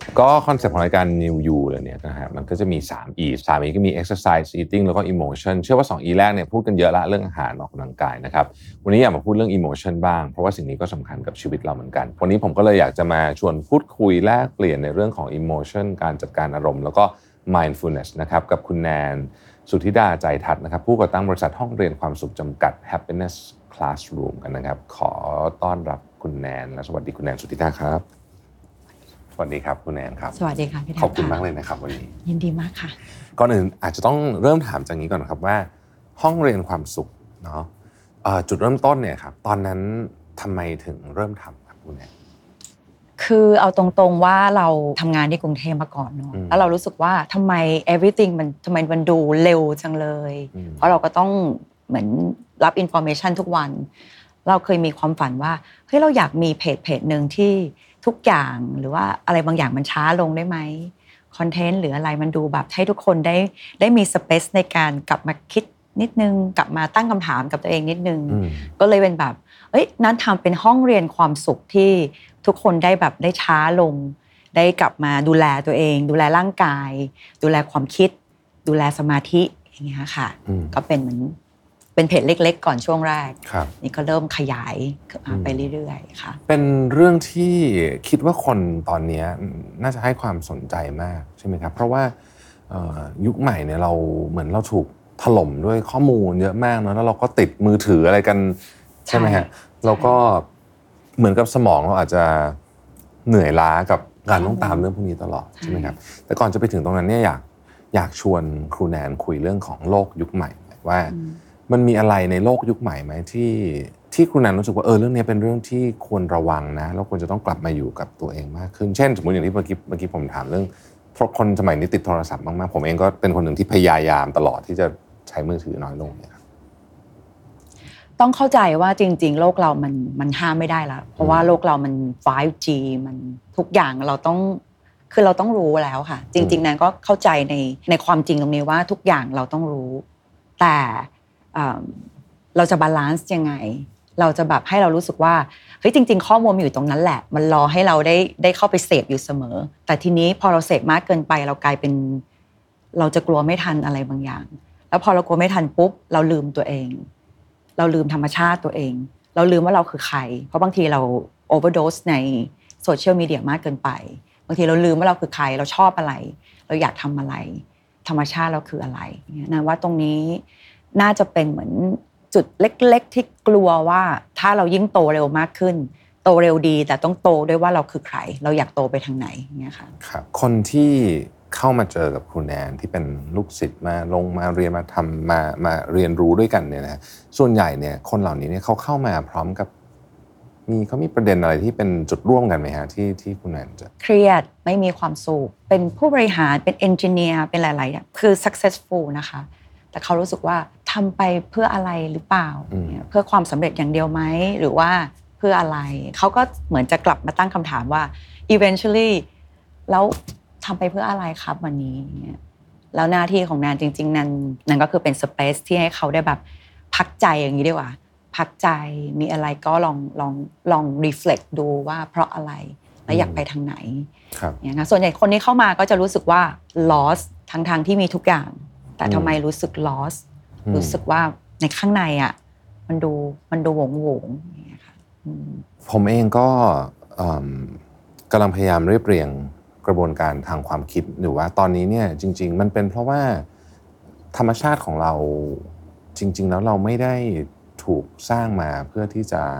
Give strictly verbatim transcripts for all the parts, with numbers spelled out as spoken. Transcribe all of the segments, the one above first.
ก็คอนเซ็ปต์ของรายการ New You เลยเนี่ยนะฮะมันก็จะมีสาม E สาม E ก็มี exercise eating แล้วก็ emotion เชื่อว่าสอง E แรกเนี่ยพูดกันเยอะละเรื่องอาหารออกกำลังกายนะครับวันนี้อยากมาพูดเรื่อง emotion บ้างเพราะว่าสิ่งนี้ก็สำคัญกับชีวิตเราเหมือนกันวันนี้ผมก็เลยอยากจะมาชวนพูดคุยแลกเปลี่ยนในเรื่องของ emotion การจัดการอารมณ์แล้วก็ mindfulness นะครับกับคุณแนนสุทธิดาใจทัศน์นะครับผู้ก่อตั้งบริษัทห้องเรียนความสุขจำกัด Happiness Classroom กันนะครับขอต้อนรับคุณแนนและสวัสดีคุณแนนสุทธิดาครับสวัสดีครับคุณแนนครับสวัสดีค่ะพี่ดาวขอบคุณมากเลยนะครับวันนี้ยินดีมากค่ะก่อนอื่นอาจจะต้องเริ่มถามจากนี้ก่อนครับว่าห้องเรียนความสุขเนาะจุดเริ่มต้นเนี่ยครับตอนนั้นทำไมถึงเริ่มทำครับคุณแนนคือเอาตรงๆว่าเราทำงานที่กรุงเทพมาก่อนเนาะแล้วเรารู้สึกว่าทำไม everything มันทำไมมันดูเร็วจังเลยเพราะเราก็ต้องเหมือนรับ information ทุกวันเราเคยมีความฝันว่าเฮ้ยเราอยากมีเพจเพจนึงที่ทุกอย่างหรือว่าอะไรบางอย่างมันช้าลงได้ไหมคอนเทนต์หรืออะไรมันดูแบบให้ทุกคนได้ได้มีสเปซในการกลับมาคิดนิดนึงกลับมาตั้งคำถามกับตัวเองนิดนึงก็เลยเป็นแบบเอ้ยนั้นทำเป็นห้องเรียนความสุขที่ทุกคนได้แบบได้ช้าลงได้กลับมาดูแลตัวเองดูแลร่างกายดูแลความคิดดูแลสมาธิอย่างเงี้ยค่ะก็เป็นเหมือนเป็นเพจเล็กๆก่อนช่วงแรกนี่ก็เริ่มขยายไปเรื่อยๆค่ะเป็นเรื่องที่คิดว่าคนตอนนี้น่าจะให้ความสนใจมากใช่ไหมครับเพราะว่ายุคใหม่เนี่ยเราเหมือนเราถูกถล่มด้วยข้อมูลเยอะมากเนาะแล้วเราก็ติดมือถืออะไรกันใช่ไหมฮะเราก็เหมือนกับสมองเราอาจจะเหนื่อยล้ากับการต้องตามเรื่องพวกนี้ตลอดใช่ไหมครับแต่ก่อนจะไปถึงตรงนั้นเนี่ยอยากอยากชวนครูแนนคุยเรื่องของโลกยุคใหม่ว่ามันมีอะไรในโลกยุคใหม่ไหมที่ที่ครูแนนรู้สึกว่าเออเรื่องนี้เป็นเรื่องที่ควรระวังนะแล้วควรจะต้องกลับมาอยู่กับตัวเองมากขึ้นเช่นสมมติอย่างที่เมื่อกี้เมื่อกี้ผมถามเรื่องเพราะคนสมัยนี้ติดโทรศัพท์มากๆผมเองก็เป็นคนหนึ่งที่พยายามตลอดที่จะใช้มือถือน้อยลงเนี่ยครับต้องเข้าใจว่าจริงๆโลกเรามันมันห้ามไม่ได้แล้วเพราะว่าโลกเรามัน ไฟว์ จี มันทุกอย่างเราต้องคือเราต้องรู้แล้วค่ะจริงๆนั้นก็เข้าใจในในความจริงตรงนี้ว่าทุกอย่างเราต้องรู้แต่เราจะบาลานซ์ยังไงเราจะแบบให้เรารู้สึกว่าเฮ้ยจริงๆข้อมูลมันอยู่ตรงนั้นแหละมันรอให้เราได้ได้เข้าไปเสพอยู่เสมอแต่ทีนี้พอเราเสพมากเกินไปเรากลายเป็นเราจะกลัวไม่ทันอะไรบางอย่างแล้วพอเรากลัวไม่ทันปุ๊บเราลืมตัวเองเราลืมธรรมชาติตัวเองเราลืมว่าเราคือใครเพราะบางทีเราโอเวอร์โดสในโซเชียลมีเดียมากเกินไปบางทีเราลืมว่าเราคือใครเราชอบอะไรเราอยากทำอะไรธรรมชาติเราคืออะไรนะว่าตรงนี้น่าจะเป็นเหมือนจุดเล็กๆที่กลัวว่าถ้าเรายิ่งโตเร็วมากขึ้นโตเร็วดีแต่ต้องโตด้วยว่าเราคือใครเราอยากโตไปทางไหนอย่างเงี้ยค่ะครับคนที่เข้ามาเจอกับครูแนนที่เป็นลูกศิษย์มาลงมาเรียนมาทำมามาเรียนรู้ด้วยกันเนี่ยนะส่วนใหญ่เนี่ยคนเหล่านี้เนี่ยเขาเข้ามาพร้อมกับมีเขามีประเด็นอะไรที่เป็นจุดร่วมกันไหมฮะที่ที่ครูแนนจะเครียดไม่มีความสุขเป็นผู้บริหารเป็นเอนจิเนียร์เป็นหลายๆอย่างคือ successful นะคะแต่เขารู้สึกว่าทำไปเพื่ออะไรหรือเปล่าเพื่อความสำเร็จอย่างเดียวไหมหรือว่าเพื่ออะไรเขาก็เหมือนจะกลับมาตั้งคำถามว่า eventually แล้วทำไปเพื่ออะไรครับวันนี้แล้วหน้าที่ของแนนจริงๆนั้นนั่นก็คือเป็น space ที่ให้เขาได้แบบพักใจอย่างนี้ดีกว่าพักใจมีอะไรก็ลองลองลอง reflect ดูว่าเพราะอะไรและอยากไปทางไหนอย่างนั้นส่วนใหญ่คนที่เข้ามาก็จะรู้สึกว่า lost ทั้งๆที่มีทุกอย่างแต่ทำไมรู้สึก lost รู้สึกว่าในข้างในอ่ะมันดูมันดูหวงหวงอย่างเงี้ยค่ะผมเองก็กำลังพยายามเรียบเรียงกระบวนการทางความคิดหรือว่าตอนนี้เนี่ยจริงๆมันเป็นเพราะว่าธรรมชาติของเราจริงๆแล้วเราไม่ได้ถูกสร้างมาเพื่อที่จะ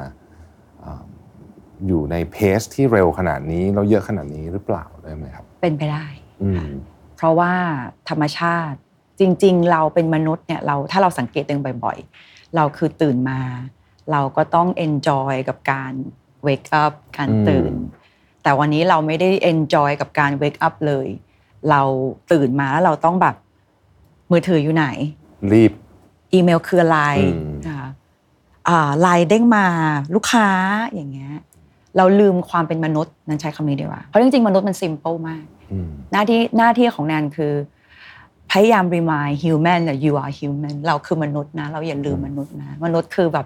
อยู่ในเพสที่เร็วขนาดนี้เราเยอะขนาดนี้หรือเปล่าได้ไหมครับเป็นไปได้เพราะว่าธรรมชาติจริงๆเราเป็นมนุษย์เนี่ยเราถ้าเราสังเกตเองบ่อยๆเราคือตื่นมาเราก็ต้อง enjoy กับการ wake up การตื่นแต่วันนี้เราไม่ได้ enjoy กับการ wake up เลยเราตื่นมาแล้วเราต้องแบบมือถืออยู่ไหนรีบอีเมลคืออะไรนะคะอ่าไลน์เด้งมาลูกค้าอย่างเงี้ยเราลืมความเป็นมนุษย์นั้นใช้คำนี้ดีกว่าเพราะจริงๆมนุษย์มัน simple มากหน้าที่หน้าที่ของแนนคือพยายาม remind human that you are human เราคือมนุษย์นะเราอย่าลืมมนุษย์นะมนุษย์คือแบบ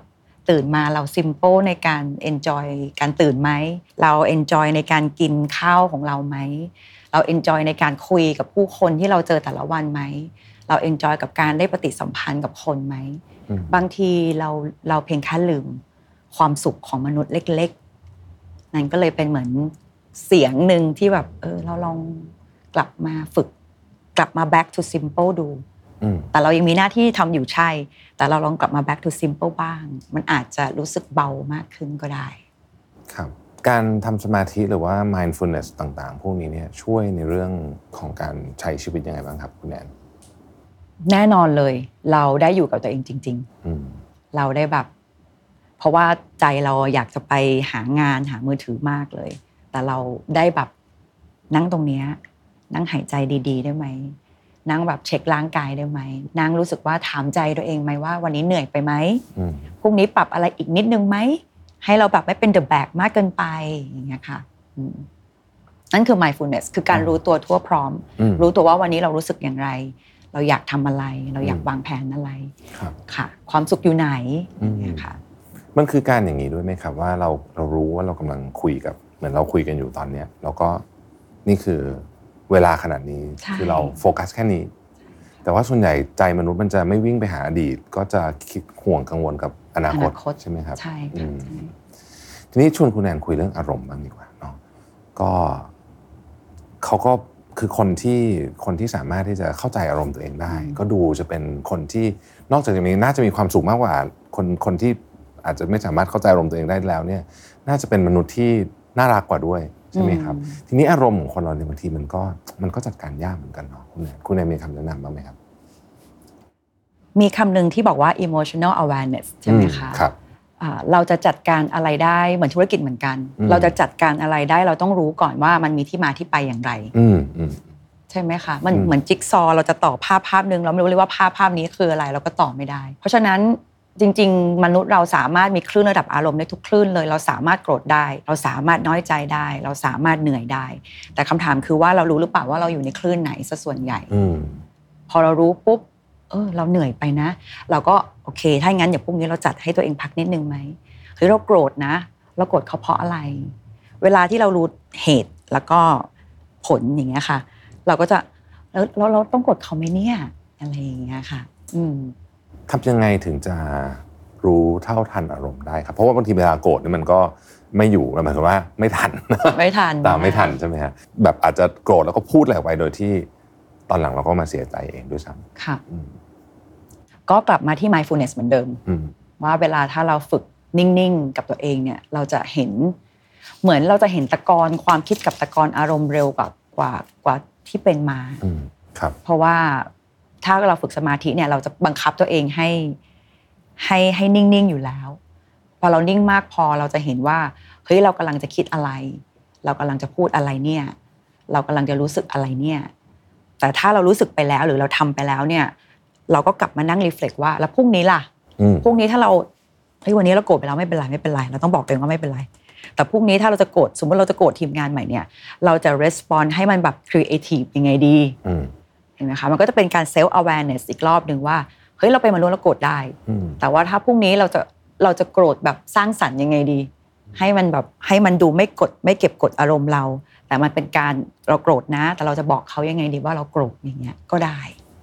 ตื่นมาเรา simple ในการ enjoy การตื่นไหมเรา enjoy ในการกินข้าวของเราไหมเรา enjoy ในการคุยกับผู้คนที่เราเจอแต่ละวันไหมเรา enjoy กับการได้ปฏิสัมพันธ์กับคนไหมบางทีเราเราเพียงแค่ลืมความสุขของมนุษย์เล็กๆนั่นก็เลยเป็นเหมือนเสียงหนึ่งที่แบบเออเราลองกลับมาฝึกกลับมา back to simple ดูแต่เรายังมีหน้าที่ทำอยู่ใช่แต่เราลองกลับมา back to simple บ้างมันอาจจะรู้สึกเบามากขึ้นก็ได้ครับการทำสมาธิหรือว่า mindfulness ต่างๆพวกนี้เนี่ยช่วยในเรื่องของการใช้ชีวิตยังไงบ้างครับคุณแอนแน่นอนเลยเราได้อยู่กับตัวเองจริงๆเราได้แบบเพราะว่าใจเราอยากจะไปหางานหามือถือมากเลยแต่เราได้แบบนั่งตรงนี้นั่งหายใจดีๆได้ไหมนั่งแบบเช็คร่างกายได้ไหมนั่งรู้สึกว่าถามใจตัวเองไหมว่าวันนี้เหนื่อยไปไหมพรุ่งนี้ปรับอะไรอีกนิดนึงไหมให้เราแบบไม่เป็น the back มากเกินไปอย่างเงี้ยค่ะนั่นคือ mindfulness คือการรู้ตัวทั่วพร้อมรู้ตัวว่าวันนี้เรารู้สึกอย่างไรเราอยากทำอะไรเราอยากวางแผนอะไรค่ะความสุขอยู่ไหนเนี่ยค่ะมันคือการอย่างนี้ด้วยไหมครับว่าเราเรารู้ว่าเรากำลังคุยกับเหมือนเราคุยกันอยู่ตอนเนี้ยแล้วก็นี่คือเวลาขนาดนี้คือเราโฟกัสแค่นี้แต่ว่าส่วนใหญ่ใจมนุษย์มันจะไม่วิ่งไปหาอดีตก็จะคิดห่วงกังวลกับอนาคตใช่ไหมครับใช่ค่ะทีนี้ชวนคุณแอนคุยเรื่องอารมณ์บ้างดีกว่าเนาะก็เขาก็คือคนที่คนที่สามารถที่จะเข้าใจอารมณ์ตัวเองได้ก็ดูจะเป็นคนที่นอกจากจะมีน่าจะมีความสุขมากกว่าคนคนที่อาจจะไม่สามารถเข้าใจอารมณ์ตัวเองได้แล้วเนี่ยน่าจะเป็นมนุษย์ที่น่ารักกว่าด้วยใช่ไหมครับทีนี้อารมณ์ของคนเราในบางทีมันก็มันก็จัดการยากเหมือนกันเนาะคุณแอนคุณแอนมีคำแนะนำบ้างไหมครับมีคำหนึ่งที่บอกว่า emotional awareness ใช่ไหมคะครับเราจะจัดการอะไรได้เหมือนธุรกิจเหมือนกันเราจะจัดการอะไรได้เราต้องรู้ก่อนว่ามันมีที่มาที่ไปอย่างไรใช่ไหมคะมันเหมือนจิ๊กซอเราจะต่อภาพภาพนึงเราไม่รู้เลยว่าภาพภาพนี้คืออะไรเราก็ต่อไม่ได้เพราะฉะนั้นจริงๆมนุษย์เราสามารถมีคลื่นระดับอารมณ์ได้ทุกคลื่นเลยเราสามารถโกรธได้เราสามารถน้อยใจได้เราสามารถเหนื่อยได้แต่คำถามคือว่าเรารู้หรือเปล่าว่าเราอยู่ในคลื่นไหนซะส่วนใหญ่พอเรารู้ปุ๊บเออเราเหนื่อยไปนะเราก็โอเคถ้างั้นเดี๋ยวพรุ่งนี้เราจัดให้ตัวเองพักนิดนึงไหมหรือเราโกรธนะเราโกรธเขาเพราะอะไรเวลาที่เรารู้เหตุแล้วก็ผลอย่างเงี้ยค่ะเราก็จะแล้วเราเราต้องโกรธเขาไหมเนี่ยอะไรอย่างเงี้ยค่ะอืมทำยังไงถึงจะรู้เท่าทันอารมณ์ได้ครับเพราะว่าบางทีเวลาโกรธนี่มันก็ไม่อยู่หมายความว่าไม่ทันไม่ทันตามไม่ทันใช่ไหมฮะแบบอาจจะโกรธแล้วก็พูดอะไรไปโดยที่ตอนหลังเราก็มาเสียใจเองด้วยซ้ำค่ะก็กลับมาที่ mindfulness เหมือนเดิมว่าเวลาถ้าเราฝึกนิ่งๆกับตัวเองเนี่ยเราจะเห็นเหมือนเราจะเห็นตะกอนความคิดกับตะกอนอารมณ์เร็วกว่ากว่ากว่าที่เป็นมาครับเพราะว่าถ้าเราฝึกสมาธิเนี่ยเราจะบังคับตัวเองให้ให้ให้นิ่งๆอยู่แล้วพอเรานิ่งมากพอเราจะเห็นว่าเฮ้ยเรากำลังจะคิดอะไรเรากำลังจะพูดอะไรเนี่ยเรากำลังจะรู้สึกอะไรเนี่ยแต่ถ้าเรารู้สึกไปแล้วหรือเราทำไปแล้วเนี่ยเราก็กลับมานั่งรีเฟล็กว่าแล้วพรุ่งนี้ล่ะพรุ่งนี้ถ้าเราเฮ้ยวันนี้เราโกรธไปแล้วไม่เป็นไรไม่เป็นไรเราต้องบอกตัวเองว่าไม่เป็นไรแต่พรุ่งนี้ถ้าเราจะโกรธสมมติเราจะโกรธทีมงานใหม่เนี่ยเราจะ respond ให้มันแบบครีเอทีฟยังไงดีเห็นไหมคะมันก็จะเป็นการ self awareness อีกรอบนึงว่าเฮ้ยเราเป็นมนุษย์เราโกรธได้แต่ว่าถ้าพรุ่งนี้เราจะเราจะโกรธแบบสร้างสรรค์ยังไงดีให้มันแบบให้มันดูไม่กดไม่เก็บกดอารมณ์เราแต่มันเป็นการเราโกรธนะแต่เราจะบอกเขายังไงดีว่าเราโกรธอย่างเงี้ยก็ได้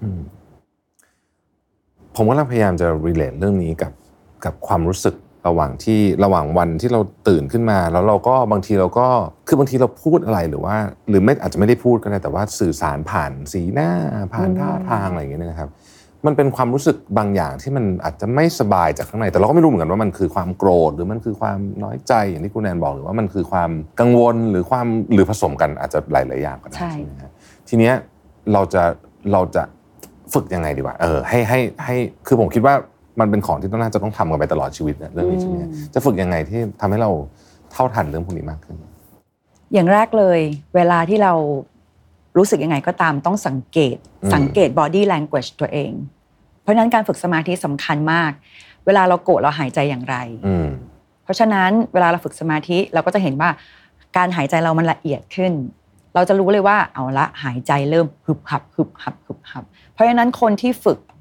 ผมกำลังพยายามจะ relate เรื่องนี้กับกับความรู้สึกระหว่างที่ระหว่างวันที่เราตื่นขึ้นมาแล้วเราก็บางทีเราก็คือบางทีเราพูดอะไรหรือว่าหรือไม่อาจจะไม่ได้พูดก็ได้แต่ว่าสื่อสารผ่านสีหน้าผ่านท่าทางอะไรอย่างเงี้ยนะครับมันเป็นความรู้สึกบางอย่างที่มันอาจจะไม่สบายจากข้างในแต่เราก็ไม่รู้เหมือนกันว่ามันคือความโกรธหรือมันคือความน้อยใจอย่างที่คุณแอนบอกหรือว่ามันคือความกังวลหรือความหรือผสมกันอาจจะหลายๆอย่างก็ได้ใช่ไหมครับทีเนี้ยเราจะเราจะฝึกยังไงดีวะเออให้ให้ให้คือผมคิดว่ามันเป็นของที่ต้องน่าจะต้องทำกันไปตลอดชีวิตเนี่ยเรื่องนี้ใช่ไหมจะฝึกยังไงที่ทำให้เราเท่าทันเรื่องพวกนี้มากขึ้นอย่างแรกเลยเวลาที่เรารู้สึกยังไงก็ตามต้องสังเกตสังเกต body language ตัวเองเพราะฉะนั้นการฝึกสมาธิสำคัญมากเวลาเราโกรธเราหายใจอย่างไรเพราะฉะนั้นเวลาเราฝึกสมาธิเราก็จะเห็นว่าการหายใจเรามันละเอียดขึ้นเราจะรู้เลยว่าเอาละหายใจเริ่มฮึบหับฮึบหับฮึบหับเพราะฉะนั้นคนที่ฝึก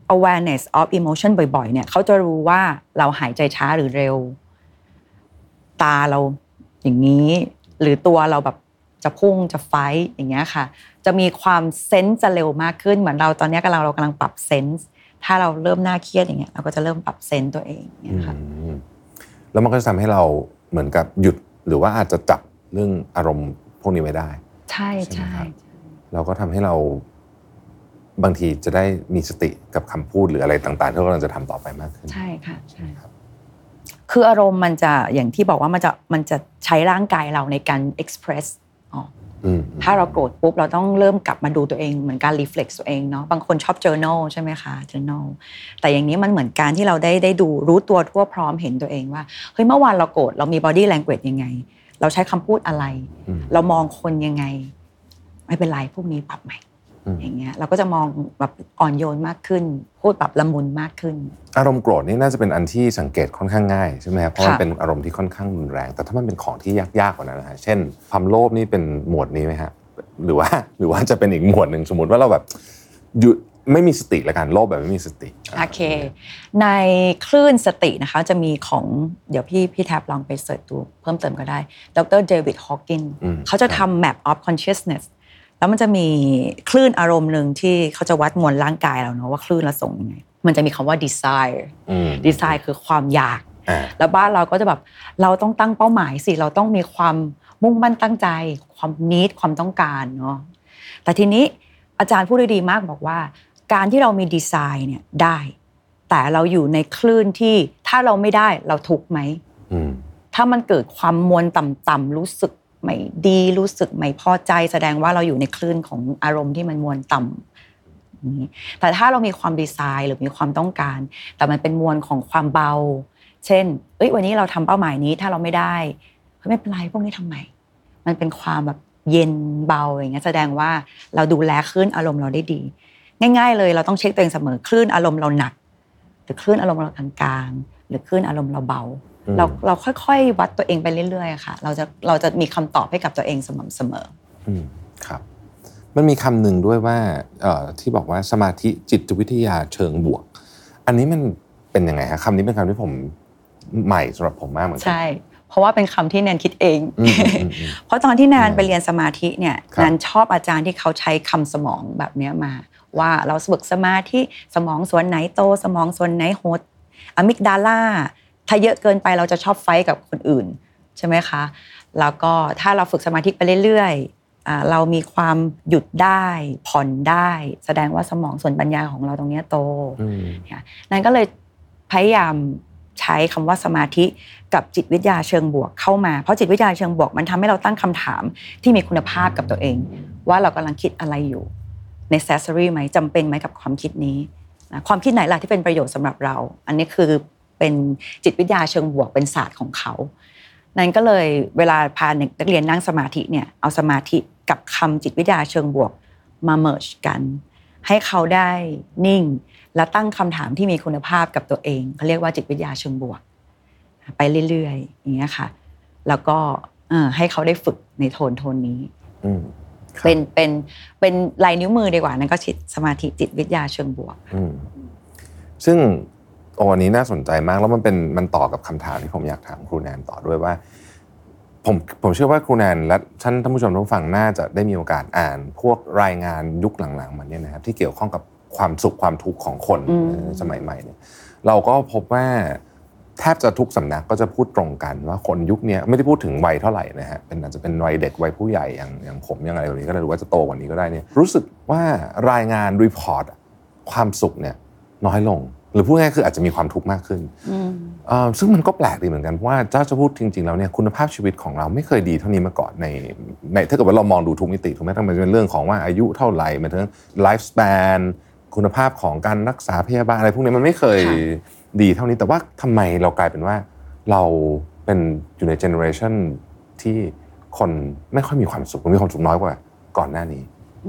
awareness of emotion บ่อยๆเนี่ยเขาจะรู้ว่าเราหายใจช้าหรือเร็วตาเราอย่างนี้หรือตัวเราแบบจะพุ่งจะไฟท์อย่างเงี้ยค่ะจะมีความเซนส์จะเร็วมากขึ้นเหมือนเราตอนนี้กำลังเรากำลังปรับเซนส์ถ้าเราเริ่มน่าเครียดอย่างเงี้ยเราก็จะเริ่มปรับเซนส์ตัวเองอย่างเงี้ยค่ะแล้วมันก็จะทำให้เราเหมือนกับหยุดหรือว่าอาจจะจับเรื่องอารมณ์พวกนี้ไว้ได้ใช่ใช่เราก็ทำให้เราบางทีจะได้มีสติกับคำพูดหรืออะไรต่างๆที่เรากำลังจะทำต่อไปมากขึ้นใช่ค่ะใช่ครับคืออารมณ์มันจะอย่างที่บอกว่ามันจะมันจะใช้ร่างกายเราในการ express ออกถ้าเราโกรธปุ๊บเราต้องเริ่มกลับมาดูตัวเองเหมือนการ reflect ตัวเองเนาะบางคนชอบ journal ใช่ไหมคะ journal แต่อย่างนี้มันเหมือนการที่เราได้ได้ดูรู้ตัวทั่วพร้อมเห็นตัวเองว่าเฮ้ยเมื่อวานเราโกรธเรามี body language ยังไงเราใช้คำพูดอะไรเรามองคนยังไงไม่เป็นไรพวกนี้ปรับใหม่อย่างเงี้ยเราก็จะมองแบบอ่อนโยนมากขึ้นพูดแบบละมุนมากขึ้นอารมณ์โกรธนี่น่าจะเป็นอันที่สังเกตค่อนข้างง่ายใช่ไหมครับเพราะมันเป็นอารมณ์ที่ค่อนข้างรุนแรงแต่ถ้ามันเป็นของที่ยากๆกว่านั้นนะฮะเช่นความโลภนี่เป็นหมวดนี้ไหมฮะหรือว่าหรือว่าจะเป็นอีกหมวดหนึ่งสมมติว่าเราแบบหยุดไม่มีสติละกันโลภแบบไม่มีสติโอเคในคลื่นสตินะคะจะมีของเดี๋ยวพี่พี่แท็บลองไปเสิร์ชดูเพิ่มเติมก็ได้ดรเดวิดฮอว์กินเขาจะทำ map of consciousnessแล้วมันจะมีคลื่นอารมณ์หนึ่งที่เขาจะวัดมวลร่างกายเราเนาะว่าคลื่นเราส่งยังไงมันจะมีคำว่า desire desire คือความอยากแล้วบ้านเราก็จะแบบเราต้องตั้งเป้าหมายสิเราต้องมีความมุ่งมั่นตั้งใจความ need ความต้องการเนาะแต่ทีนี้อาจารย์พูดได้ดีมากบอกว่าการที่เรามี desire เนี่ยได้แต่เราอยู่ในคลื่นที่ถ้าเราไม่ได้เราทุกข์ไหมถ้ามันเกิดความมวลต่ำๆรู้สึกไม่ดีรู้สึกไม่พอใจแสดงว่าเราอยู่ในคลื่นของอารมณ์ที่มันมวลต่ำนี้แต่ถ้าเรามีความดีไซน์หรือมีความต้องการแต่มันเป็นมวลของความเบาเช่นเอ้ยวันนี้เราทำเป้าหมายนี้ถ้าเราไม่ได้ไม่เป็นไรพวกนี้ทำไมมันเป็นความแบบเย็นเบาอย่างเงี้ยแสดงว่าเราดูแลคลื่นอารมณ์เราได้ดีง่ายๆเลยเราต้องเช็คตัวเองเสมอคลื่นอารมณ์เราหนักหรือคลื่นอารมณ์เรากลางๆหรือคลื่นอารมณ์เราเบาเราเราค่อยๆวัดตัวเองไปเรื่อยๆค่ะเราจะเราจะมีคำตอบให้กับตัวเองสม่ำเสมออืมครับมันมีคำหนึ่งด้วยว่าเอ่อที่บอกว่าสมาธิจิตวิทยาเชิงบวกอันนี้มันเป็นยังไงฮะคำนี้เป็นคำที่ผมใหม่สำหรับผมมากเหมือนกันใช่เพราะว่าเป็นคำที่แนนคิดเองเพราะตอนที่แนนไปเรียนสมาธิเนี่ยแนนชอบอาจารย์ที่เขาใช้คำสมองแบบนี้มาว่าเราฝึกสมาธิสมองส่วนไหนโตสมองส่วนไหนโหดอะมิกดาลาถ้าเยอะเกินไปเราจะชอบไฟท์กับคนอื่นใช่ไหมคะแล้วก็ถ้าเราฝึกสมาธิไปเรื่อยๆเรามีความหยุดได้ผ่อนได้แสดงว่าสมองส่วนปัญญาของเราตรงนี้โตนั่นก็เลยพยายามใช้คำว่าสมาธิกับจิตวิทยาเชิงบวกเข้ามาเพราะจิตวิทยาเชิงบวกมันทำให้เราตั้งคำถามที่มีคุณภาพกับตัวเองว่าเรากำลังคิดอะไรอยู่ necessary ไหมจำเป็นไหมกับความคิดนี้นะความคิดไหนล่ะที่เป็นประโยชน์สำหรับเราอันนี้คือเป็นจิตวิทยาเชิงบวกเป็นศาสตร์ของเขานั่นก็เลยเวลาพานักเรียนนั่งสมาธิเนี่ยเอาสมาธิกับคำจิตวิทยาเชิงบวกมา merge กันให้เขาได้นิ่งและตั้งคำถามที่มีคุณภาพกับตัวเองเขาเรียกว่าจิตวิทยาเชิงบวกไปเรื่อยๆอย่างเงี้ยค่ะแล้วก็ให้เขาได้ฝึกในโทนโทนนี้เป็นเป็นเป็นลายนิ้วมือดีกว่านั่นก็สมาธิจิตวิทยาเชิงบวกซึ่งโอ้อันนี้น่าสนใจมากแล้วมันเป็นมันต่อกับคำถามที่ผมอยากถามครูแนนต่อด้วยว่าผมผมเชื่อว่าครูแนนและท่านท่านผู้ชมทุกฝั่งน่าจะได้มีโอกาสอ่านพวกรายงานยุคหลังๆมาเนี่ยนะครับที่เกี่ยวข้องกับความสุขความทุกข์ของคนสมัยใหม่เนี่ยเราก็พบว่าแทบจะทุกสำนักก็จะพูดตรงกันว่าคนยุคนี้ไม่ได้พูดถึงวัยเท่าไหร่นะฮะเป็นอาจจะเป็นวัยเด็กวัยผู้ใหญ่อย่างอย่างผมอย่างอะไรแบบนี้ก็ได้หรือว่าจะโตกว่านี้ก็ได้เนี่ยรู้สึกว่ารายงานรีพอร์ตความสุขเนี่ยน้อยลงหรือพูดง่ายๆคืออาจจะมีความทุกข์มากขึ้นซึ่งมันก็แปลกดีเหมือนกันเพราะว่าเจ้าจะพูดจริงๆแล้วเนี่ยคุณภาพชีวิตของเราไม่เคยดีเท่านี้มาก่อนในในถ้าเกิดว่าเรามองดูทุกมิติถูกไหมทั้งมันเป็นเรื่องของว่าอายุเท่าไหร่มันทั้งไลฟ์สเปนคุณภาพของการรักษาพยาบาลอะไรพวกนี้มันไม่เคยดีเท่านี้แต่ว่าทำไมเรากลายเป็นว่าเราเป็นอยู่ในเจเนอเรชันที่คนไม่ค่อยมีความสุขมีความสุขน้อยกว่าก่อนหน้านี้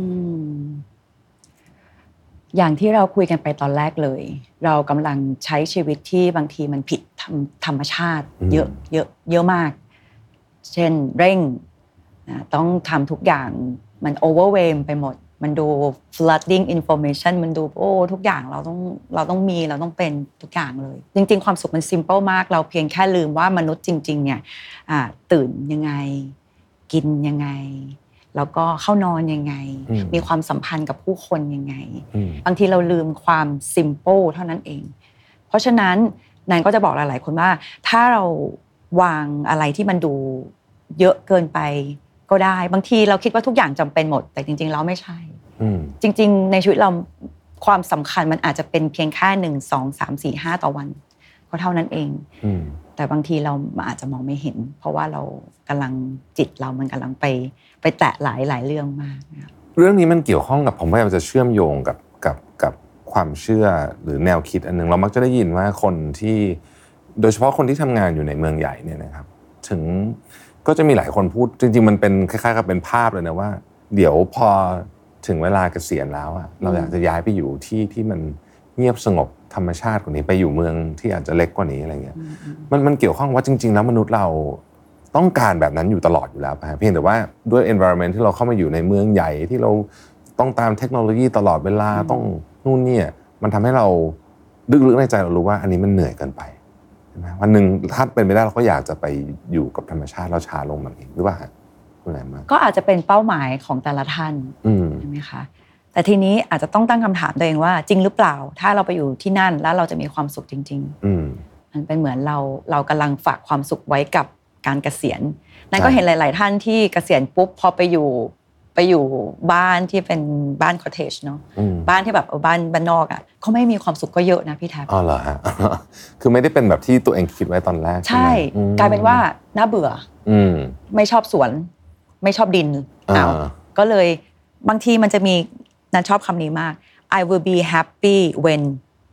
อย่างที่เราคุยกันไปตอนแรกเลยเรากำลังใช้ชีวิตที่บางทีมันผิดธรรมชาติเยอะเยอะเยอะมากเช่นเร่งต้องทำทุกอย่างมันโอเวอร์เวมไปหมดมันดู flooding information มันดูโอ้ทุกอย่างเราต้องเราต้องมีเราต้องเป็นทุกอย่างเลยจริงๆความสุขมัน simple มากเราเพียงแค่ลืมว่ามนุษย์จริงๆเนี่ยตื่นยังไงกินยังไงแล้วก็เข้านอนยังไงมีความสัมพันธ์กับผู้คนยังไงบางทีเราลืมความ simple เท่านั้นเองเพราะฉะนั้นแนนก็จะบอกหลายๆคนว่าถ้าเราวางอะไรที่มันดูเยอะเกินไปก็ได้บางทีเราคิดว่าทุกอย่างจำเป็นหมดแต่จริงๆแล้วไม่ใช่จริงๆในชีวิตเราความสำคัญมันอาจจะเป็นเพียงแค่หนึ่งสองสามสี่ห้าต่อวันก็เท่านั้นเองแต่บางทีเราอาจจะมองไม่เห็นเพราะว่าเรากำลังจิตเรามันกำลังไปไปแตะหลายหลายเรื่องมากเรื่องนี้มันเกี่ยวข้องกับผมพยายามจะเชื่อมโยงกับกับกับความเชื่อหรือแนวคิดอันนึงเรามักจะได้ยินว่าคนที่โดยเฉพาะคนที่ทำงานอยู่ในเมืองใหญ่เนี่ยนะครับถึงก็จะมีหลายคนพูดจริงๆมันเป็นคล้ายๆกับเป็นภาพเลยนะว่าเดี๋ยวพอถึงเวลาเกษียณแล้วอะเราอยากจะย้ายไปอยู่ที่ที่มันเงียบสงบธรรมชาติกว่านี้ไปอยู่เมืองที่อาจจะเล็กกว่านี้อะไรเงี้ยมันมันเกี่ยวข้องว่าจริงๆแล้วมนุษย์เราต้องการแบบนั้นอยู่ตลอดอยู่แล้วป่ะเพียงแต่ว่าด้วย environment ที่เราเข้ามาอยู่ในเมืองใหญ่ที่เราต้องตามเทคโนโลยีตลอดเวลาต้องนู่นนี่มันทำให้เราลึกๆในใจเรารู้ว่าอันนี้มันเหนื่อยเกินไปใช่ไหมวันหนึ่งถ้าเป็นไปได้เราก็อยากจะไปอยู่กับธรรมชาติแล้วช้าลงแบบนี้หรือเปล่าคุณแอนมาก็อาจจะเป็นเป้าหมายของแต่ละท่านใช่ไหมคะแต่ทีนี้อาจจะต้องตั้งคำถามตัวเองว่าจริงหรือเปล่าถ้าเราไปอยู่ที่นั่นแล้วเราจะมีความสุขจริงๆมันเป็นเหมือนเราเรากำลังฝากความสุขไว้กับการเกษียณนั่นก็เห็นหลายๆท่านที่เกษียณปุ๊บพอไปอยู่ไปอยู่บ้านที่เป็นบ้านคอทเทจเนาะบ้านที่แบบบ้านบ้านนอกอ่ะเขาไม่มีความสุขก็เยอะนะพี่แท็บอ๋อเหรอฮะ คือไม่ได้เป็นแบบที่ตัวเองคิดไว้ตอนแรกใช่กลายเป็นว่าน่าเบื่อไม่ชอบสวนไม่ชอบดินอ้าวก็เลยบางทีมันจะมีนันชอบคำนี้มาก I will be happy when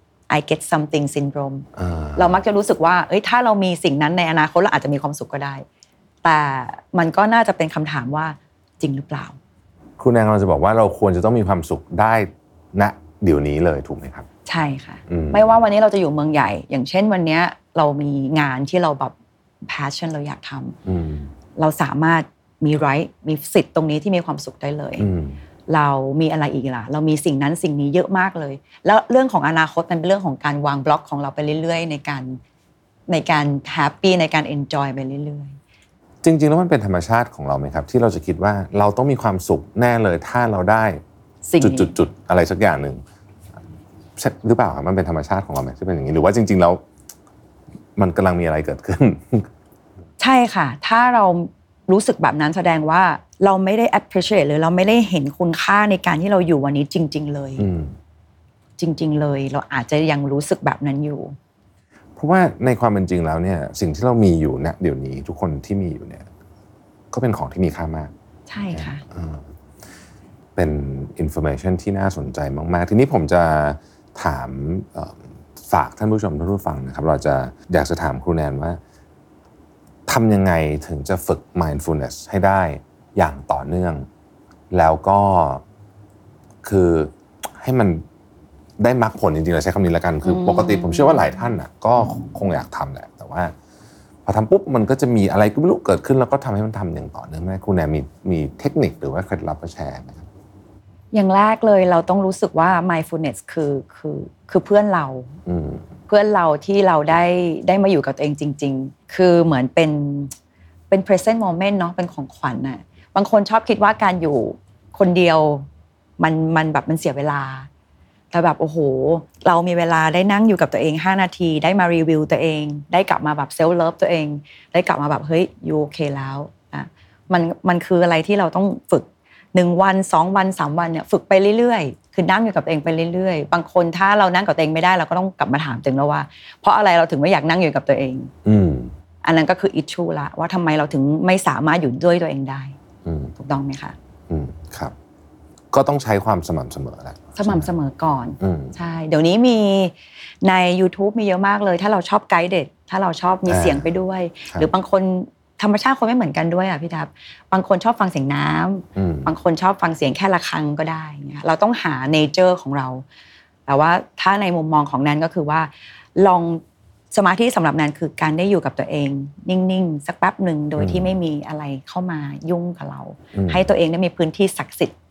I get something syndrome เรามักจะรู้สึกว่าเอ้ยถ้าเรามีสิ่งนั้นในอนาคตเราอาจจะมีความสุขก็ได้แต่มันก็น่าจะเป็นคำถามว่าจริงหรือเปล่าครูแนนเราจะบอกว่าเราควรจะต้องมีความสุขได้ณเดี๋ยวนี้เลยถูกไหมครับใช่ค่ะไม่ว่าวันนี้เราจะอยู่เมืองใหญ่อย่างเช่นวันนี้เรามีงานที่เราแบบ passion เราอยากทำเราสามารถมี right มีสิทธิ์ตรงนี้ที่มีความสุขได้เลยเรามีอะไรอีกล่ะเรามีสิ่งนั้นสิ่งนี้เยอะมากเลยแล้วเรื่องของอนาคตมันเป็นเรื่องของการวางบล็อกของเราไปเรื่อยๆในการในการแฮปปี้ในการเอนจอยไปเรื่อยๆจริงๆแล้วมันเป็นธรรมชาติของเราไหมครับที่เราจะคิดว่าเราต้องมีความสุขแน่เลยถ้าเราได้จุดๆๆอะไรสักอย่างนึงหรือเปล่าครับมันเป็นธรรมชาติของเราไหมที่เป็นอย่างนี้หรือว่าจริงๆแล้วมันกำลังมีอะไรเกิดขึ้นใช่ค่ะถ้าเรารู้สึกแบบนั้นแสดงว่าเราไม่ได้ appreciate เลยเราไม่ได้เห็นคุณค่าในการที่เราอยู่วันนี้จริงๆเลยจริงๆเลยเราอาจจะยังรู้สึกแบบนั้นอยู่เพราะว่าในความเป็นจริงแล้วเนี่ยสิ่งที่เรามีอยู่ณเดี๋ยวนี้ทุกคนที่มีอยู่เนี่ยก็เป็นของที่มีค่ามากใช่ค่ะเป็น information ที่น่าสนใจมากๆทีนี้ผมจะถามฝากท่านผู้ชมท่านผู้ฟังนะครับเราจะอยากจะถามครูแนนว่าทำยังไงถึงจะฝึก mindfulness ให้ได้อย่างต่อเนื่องแล้วก็คือให้มันได้มรรคผลจริงๆเราใช้คำนี้แล้วกันคือปกติผมเชื่อว่าหลายท่านน่ะก็คงอยากทำแหละแต่ว่าพอทำปุ๊บมันก็จะมีอะไรก็ไม่รู้เกิดขึ้นแล้วก็ทำให้มันทำอย่างต่อเนื่องไหมคุณแนนมีมีเทคนิคหรือว่าเคล็ดลับมาแชร์ไหมครับอย่างแรกเลยเราต้องรู้สึกว่า mindfulness คือคือคือเพื่อนเราเพื่อนเราที่เราได้ได้มาอยู่กับตัวเองจริงๆคือเหมือนเป็นเป็น present moment เนาะเป็นของขวัญน่ะบางคนชอบคิดว่าการอยู่คนเดียวมันมันแบบมันเสียเวลาแต่แบบโอ้โหเรามีเวลาได้นั่งอยู่กับตัวเองห้านาทีได้มารีวิวตัวเองได้กลับมาแบบเซลฟ์เลิฟตัวเองได้กลับมาแบบเฮ้ยอยู่โอเคแล้วอ่ะมันมันคืออะไรที่เราต้องฝึกหนึ่งวันสองวันสามวันเนี่ยฝึกไปเรื่อยๆคือนั่งอยู่กับตัวเองไปเรื่อยๆบางคนถ้าเรานั่งกับตัวเองไม่ได้เราก็ต้องกลับมาถามตัวเองแล้วว่าเพราะอะไรเราถึงไม่อยากนั่งอยู่กับตัวเองอืมอันนั้นก็คืออิชชูละว่าทำไมเราถึงไม่สามารถอยู่ด้วยตัวเองได้ถูกต้องไหมคะอืมครับก็ต้องใช้ความสม่ำเสมอแหละสม่ำเสมอก่อนใช่เดี๋ยวนี้มีใน YouTube มีเยอะมากเลยถ้าเราชอบไกด์เด็ดถ้าเราชอบมีเสียงไปด้วยหรือบางคนธรรมชาติคนไม่เหมือนกันด้วยอ่ะพี่ทับบางคนชอบฟังเสียงน้ำบางคนชอบฟังเสียงแค่ระฆังก็ได้เราต้องหาเนเจอร์ของเราแต่ว่าถ้าในมุมมองของแนนก็คือว่าลองสมาธิสำหรับแนนคือการได้อยู่กับตัวเองนิ่งๆสักแป๊บหนึ่งโดยที่ไม่มีอะไรเข้ามายุ่งกับเราให้ตัวเองได้มีพื้นที่ศักดิ์สิทธิ์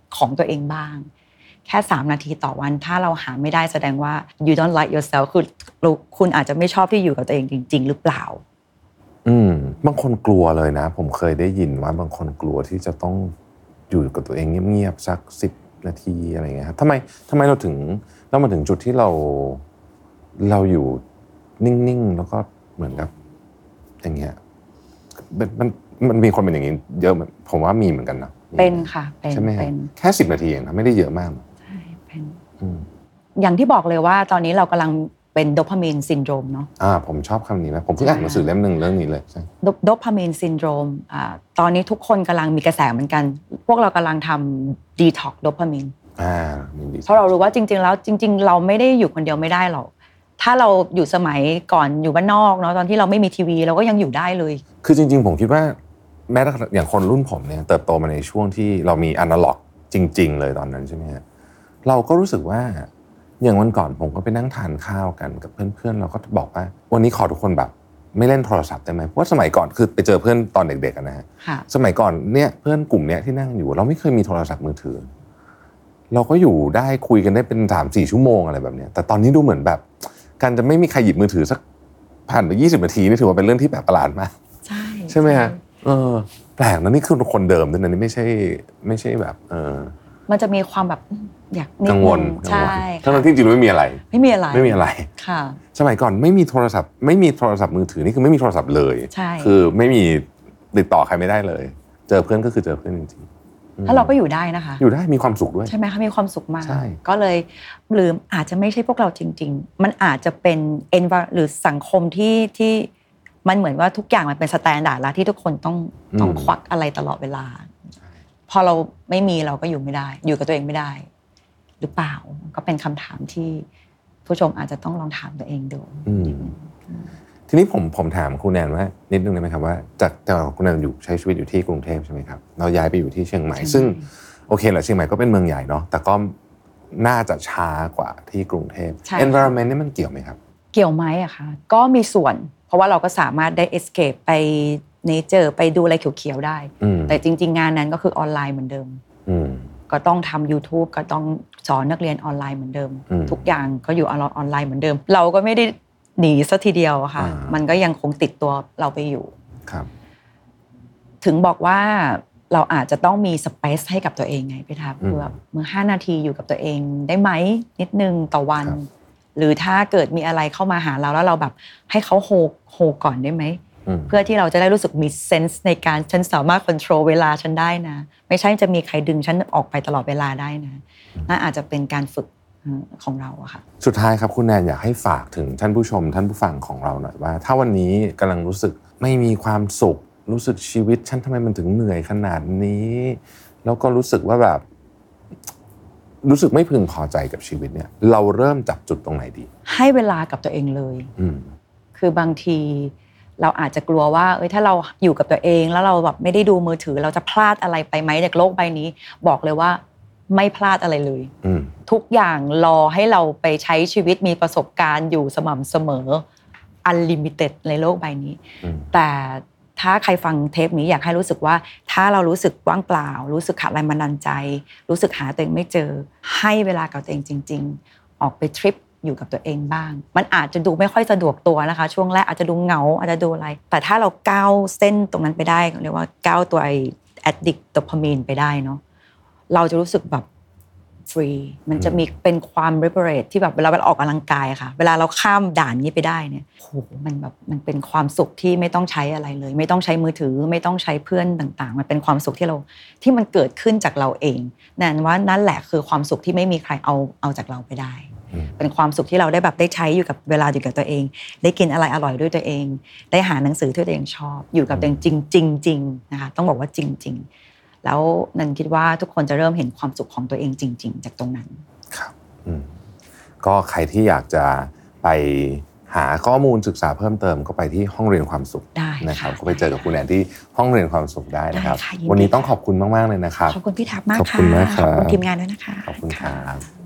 ของตัวเองบ้างแค่สามนาทีต่อวันถ้าเราหาไม่ได้แสดงว่า you don't like yourself คือคุณอาจจะไม่ชอบที่อยู่กับตัวเองจริงๆหรือเปล่าอืมบางคนกลัวเลยนะผมเคยได้ยินว่าบางคนกลัวที่จะต้องอยู่กับตัวเองเงียบๆสักสิบนาทีอะไรเงี้ยครับทำไมทำไมเราถึงเรามาถึงจุดที่เราเราอยู่นิ่งๆแล้วก็เหมือนกับอย่างเงี้ยมันมันมันมีคนเป็นอย่างนี้เยอะผมว่ามีเหมือนกันนะเป็นค่ะเป็นใช่ไหมเป็นแค่สิบนาทีเองนะไม่ได้เยอะมากใช่เป็นอย่างที่บอกเลยว่าตอนนี้เรากำลังเป็นโดพามีนซินโดรมเนาะอ่าผมชอบคำนี้นะผมเพิ่งอ่านหนังสือเล่มนึงเรื่องนี้เลยใช่โดพามีนซินโดรมอ่าตอนนี้ทุกคนกำลังมีกระแสเหมือนกันพวกเรากำลังทำดีท็อกโดพามีนอ่าเพราะเรารู้ว่าจริงๆแล้วจริงๆเราไม่ได้อยู่คนเดียวไม่ได้หรอกถ้าเราอยู่สมัยก่อนอยู่บ้านนอกเนาะตอนที่เราไม่มีทีวีเราก็ยังอยู่ได้เลยคือจริงๆผมคิดว่าแม้แต่อย่างคนรุ่นผมเนี่ยเติบโตมาในช่วงที่เรามีอนาล็อกจริงๆเลยตอนนั้นใช่ไหมฮะเราก็รู้สึกว่าอย่างวันก่อนผมก็ไปนั่งทานข้าวกันกับเพื่อนๆเราก็บอกว่าวันนี้ขอทุกคนแบบไม่เล่นโทรศัพท์ได้ไหมเพราะว่าสมัยก่อนคือไปเจอเพื่อนตอนเด็กๆนะฮะสมัยก่อนเนี่ยเพื่อนกลุ่มเนี้ยที่นั่งอยู่เราไม่เคยมีโทรศัพท์มือถือเราก็อยู่ได้คุยกันได้เป็น สามถึงสี่ ชั่วโมงอะไรแบบเนี้ยแต่ตอนนี้ดูเหมือนแบบการจะไม่มีใครหยิบมือถือสักผ่านไปยี่สิบนาทีนี่ถือว่าเป็นเรื่องที่แบบประหลาดมากใช่ใช่ไหมฮะเออแปลกนะนี่คือคนเดิมด้วยนะนี่ไม่ใช่ไม่ใช่แบบเออมันจะมีความแบบอยากกังวลใช่ทั้งที่จริงไม่มีอะไรไม่มีอะไรไม่มีอะไรค่ะสมัยก่อนไม่มีโทรศัพท์ไม่มีโทรศัพท์มือถือนี่คือไม่มีโทรศัพท์เลยคือไม่มีติดต่อใครไม่ได้เลยเจอเพื่อนก็คือเจอเพื่อนจริงๆแล้วเราก็อยู่ได้นะคะอยู่ได้มีความสุขด้วยใช่ไหมคะมีความสุขมากก็เลยหรืออาจจะไม่ใช่พวกเราจริงๆมันอาจจะเป็น environment หรือสังคมที่ที่มันเหมือนว่าทุกอย่างมันเป็นสแตนดาร์ดแล้วที่ทุกคนต้องต้องควักอะไรตลอดเวลาพอเราไม่มีเราก็อยู่ไม่ได้อยู่กับตัวเองไม่ได้หรือเปล่าก็เป็นคำถามที่ผู้ชมอาจจะต้องลองถามตัวเองดูทีนี้ผมผมถามครูแนนว่านิดนึงได้ไหมครับว่าจากแต่ครูแนนอยู่ใช้ชีวิตอยู่ที่กรุงเทพใช่ไหมครับเราย้ายไปอยู่ที่เชียงใหม่ซึ่งโอเคแหละเชียงใหม่ก็เป็นเมืองใหญ่เนาะแต่ก็น่าจะช้ากว่าที่กรุงเทพ environment นี่มันเกี่ยวไหมครับเกี่ยวไหมอะคะก็มีส่วนเพราะว่าเราก็สามารถได้ escape ไปเนเจอร์ไปดูอะไรเขียวๆได้แต่จริงๆงานนั้นก็คือออนไลน์เหมือนเดิมก็ต้องทำ YouTube ก็ต้องสอนนักเรียนออนไลน์เหมือนเดิมทุกอย่างก็อยู่ออนไลน์เหมือนเดิมเราก็ไม่ได้หนีซะทีเดียวค่ะมันก็ยังคงติดตัวเราไปอยู่ถึงบอกว่าเราอาจจะต้องมีสเปซให้กับตัวเองไงพี่ทัพคือแบบเมื่อห้านาทีอยู่กับตัวเองได้ไหมนิดนึงต่อวันหรือถ้าเกิดมีอะไรเข้ามาหาเราแล้วเราแบบให้เขาโฮโฮก่อนได้ไหมเพื่อที่เราจะได้รู้สึกมีเซนส์ในการฉันสามารถควบคุมเวลาฉันได้นะไม่ใช่จะมีใครดึงฉันออกไปตลอดเวลาได้นะนั่นอาจจะเป็นการฝึกของเราอะค่ะสุดท้ายครับคุณแนนอยากให้ฝากถึงท่านผู้ชมท่านผู้ฟังของเราหน่อยว่าถ้าวันนี้กำลังรู้สึกไม่มีความสุขรู้สึกชีวิตฉันทำไมมันถึงเหนื่อยขนาดนี้แล้วก็รู้สึกว่าแบบรู้สึกไม่พึงพอใจกับชีวิตเนี่ยเราเริ่มจับจุดตรงไหนดีให้เวลากับตัวเองเลยคือบางทีเราอาจจะกลัวว่าเอ้ยถ้าเราอยู่กับตัวเองแล้วเราแบบไม่ได้ดูมือถือเราจะพลาดอะไรไปไหมในโลกใบนี้บอกเลยว่าไม่พลาดอะไรเลยทุกอย่างรอให้เราไปใช้ชีวิตมีประสบการณ์อยู่สม่ำเสมอ unlimited ในโลกใบนี้แต่ถ้าใครฟังเทปนี้อยากให้รู้สึกว่าถ้าเรารู้สึกว่างเปล่ารู้สึกขาดแรงบันดาลใจรู้สึกหาตัวเองไม่เจอให้เวลากับตัวเองจริงๆออกไปทริปอยู่กับตัวเองบ้างมันอาจจะดูไม่ค่อยสะดวกตัวนะคะช่วงแรกอาจจะดูเหงาอาจจะดูอะไรแต่ถ้าเราก้าวเส้นตรงนั้นไปได้เรียกว่าก้าวตัวไอ้ addict โดพามีนไปได้เนาะเราจะรู้สึกแบบฟรีมันจะมีเป็นความ liberate ที่แบบเวลาเราออกกำลังกายค่ะเวลาเราข้ามด่านนี้ไปได้เนี่ยโหมันแบบมันเป็นความสุขที่ไม่ต้องใช้อะไรเลยไม่ต้องใช้มือถือไม่ต้องใช้เพื่อนต่างๆมันเป็นความสุขที่เราที่มันเกิดขึ้นจากเราเองนั่นว่านั่นแหละคือความสุขที่ไม่มีใครเอาเอาจากเราไปได้เป็นความสุขที่เราได้แบบได้ใช้อยู่กับเวลาอยู่กับตัวเองได้กินอะไรอร่อยด้วยตัวเองได้หาหนังสือที่ตัวเองชอบอยู่กับตัวเองจริงจริงๆนะคะต้องบอกว่าจริงๆแล้วนันคิดว่าทุกคนจะเริ่มเห็นความสุขของตัวเองจริงๆจากตรงนั้นครับก็ใครที่อยากจะไปหาข้อมูลศึกษาเพิ่มเติมก็ไปที่ห้องเรียนความสุขนะครับก็ไปเจอกับคุณแอนที่ห้องเรียนความสุขได้นะครับวันนี้ต้องขอบคุณมากๆเลยนะครับขอบคุณพี่ทัพมากค่ะขอบคุณทีมงานด้วยนะคะขอบคุณครับ